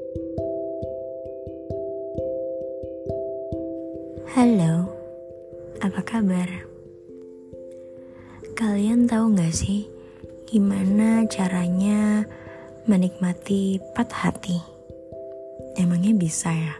Halo, apa kabar? Kalian tahu gak sih gimana caranya menikmati patah hati? Emangnya bisa ya?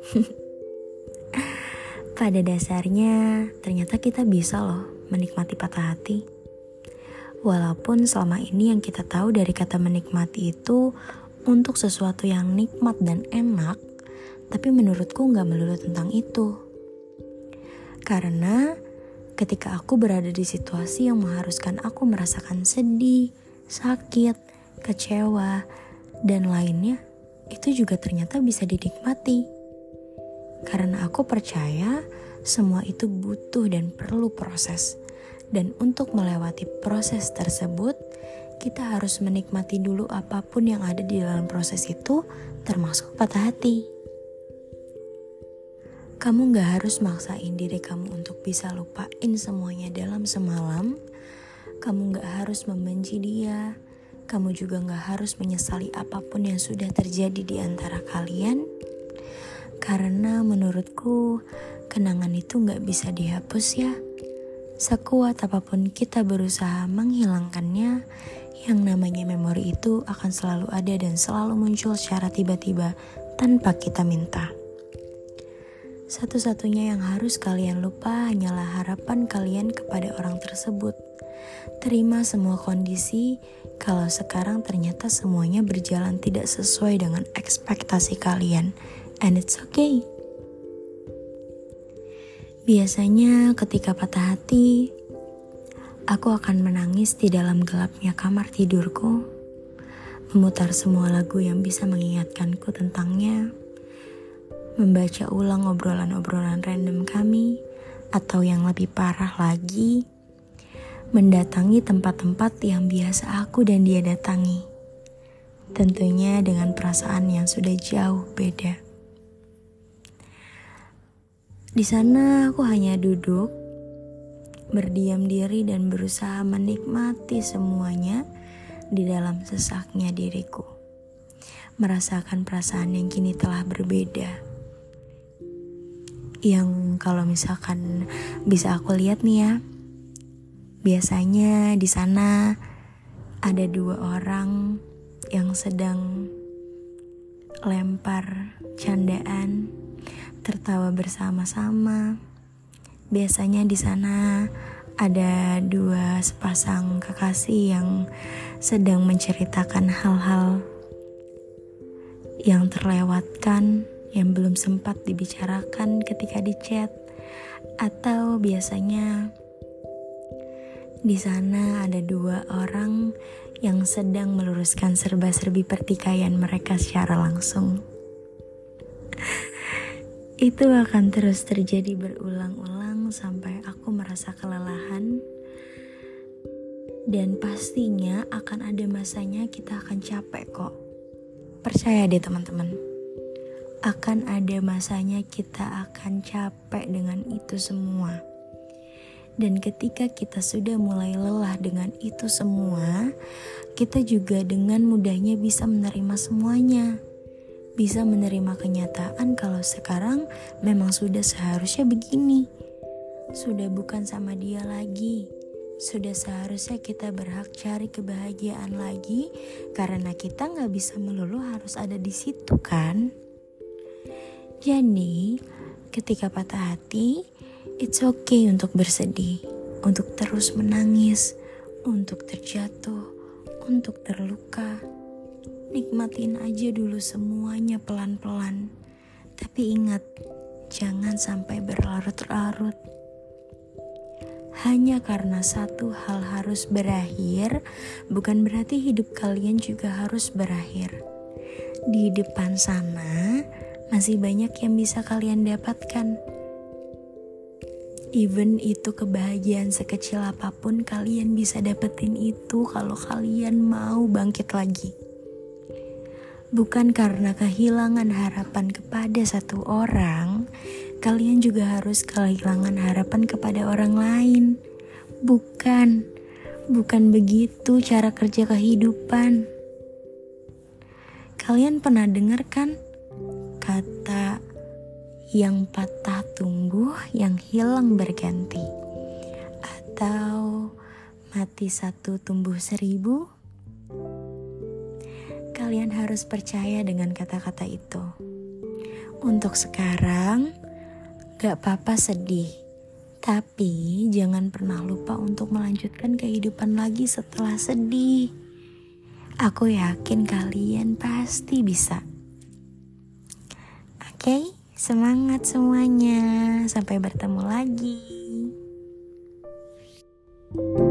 Pada dasarnya ternyata kita bisa loh menikmati patah hati. Walaupun selama ini yang kita tahu dari kata menikmati itu untuk sesuatu yang nikmat dan enak, tapi menurutku gak melulu tentang itu. Karena ketika aku berada di situasi yang mengharuskan aku merasakan sedih, sakit, kecewa, dan lainnya, itu juga ternyata bisa dinikmati. Karena aku percaya semua itu butuh dan perlu proses. Dan untuk melewati proses tersebut, kita harus menikmati dulu apapun yang ada di dalam proses itu, termasuk patah hati. Kamu gak harus maksain diri kamu untuk bisa lupain semuanya dalam semalam. Kamu gak harus membenci dia. Kamu juga gak harus menyesali apapun yang sudah terjadi di antara kalian. Karena menurutku, kenangan itu gak bisa dihapus ya. Sekuat apapun kita berusaha menghilangkannya, yang namanya memori itu akan selalu ada dan selalu muncul secara tiba-tiba tanpa kita minta. Satu-satunya yang harus kalian lupa hanyalah harapan kalian kepada orang tersebut. Terima semua kondisi kalau sekarang ternyata semuanya berjalan tidak sesuai dengan ekspektasi kalian. And it's okay. Biasanya ketika patah hati, aku akan menangis di dalam gelapnya kamar tidurku, memutar semua lagu yang bisa mengingatkanku tentangnya, membaca ulang obrolan-obrolan random kami, atau yang lebih parah lagi, mendatangi tempat-tempat yang biasa aku dan dia datangi. Tentunya dengan perasaan yang sudah jauh beda. Di sana aku hanya duduk, berdiam diri dan berusaha menikmati semuanya di dalam sesaknya diriku. Merasakan perasaan yang kini telah berbeda. Yang kalau misalkan bisa aku lihat nih ya, biasanya di sana ada 2 orang yang sedang lempar candaan, tertawa bersama-sama. Biasanya di sana ada 2 sepasang kekasih yang sedang menceritakan hal-hal yang terlewatkan, yang belum sempat dibicarakan ketika di chat. Atau biasanya di sana ada 2 orang yang sedang meluruskan serba-serbi pertikaian mereka secara langsung. Itu akan terus terjadi berulang-ulang sampai aku merasa kelelahan. Dan pastinya akan ada masanya kita akan capek kok. Percaya deh teman-teman. Akan ada masanya kita akan capek dengan itu semua. Dan ketika kita sudah mulai lelah dengan itu semua, kita juga dengan mudahnya bisa menerima semuanya. Bisa menerima kenyataan kalau sekarang memang sudah seharusnya begini. Sudah bukan sama dia lagi. Sudah seharusnya kita berhak cari kebahagiaan lagi, karena kita gak bisa melulu harus ada di situ kan. Jadi, ketika patah hati, it's okay untuk bersedih, untuk terus menangis, untuk terjatuh, untuk terluka. Nikmatin aja dulu semuanya pelan-pelan. Tapi ingat, jangan sampai berlarut-larut. Hanya karena satu hal harus berakhir, bukan berarti hidup kalian juga harus berakhir. Di depan sana, masih banyak yang bisa kalian dapatkan. Even itu kebahagiaan sekecil apapun, kalian bisa dapetin itu kalau kalian mau bangkit lagi. Bukan karena kehilangan harapan kepada satu orang, kalian juga harus kehilangan harapan kepada orang lain. Bukan begitu cara kerja kehidupan. Kalian pernah dengar kan kata yang patah tumbuh, yang hilang berganti? Atau mati satu tumbuh seribu? Kalian harus percaya dengan kata-kata itu. Untuk sekarang, gak apa-apa sedih. Tapi jangan pernah lupa untuk melanjutkan kehidupan lagi setelah sedih. Aku yakin kalian pasti bisa. Oke, semangat semuanya. Sampai bertemu lagi.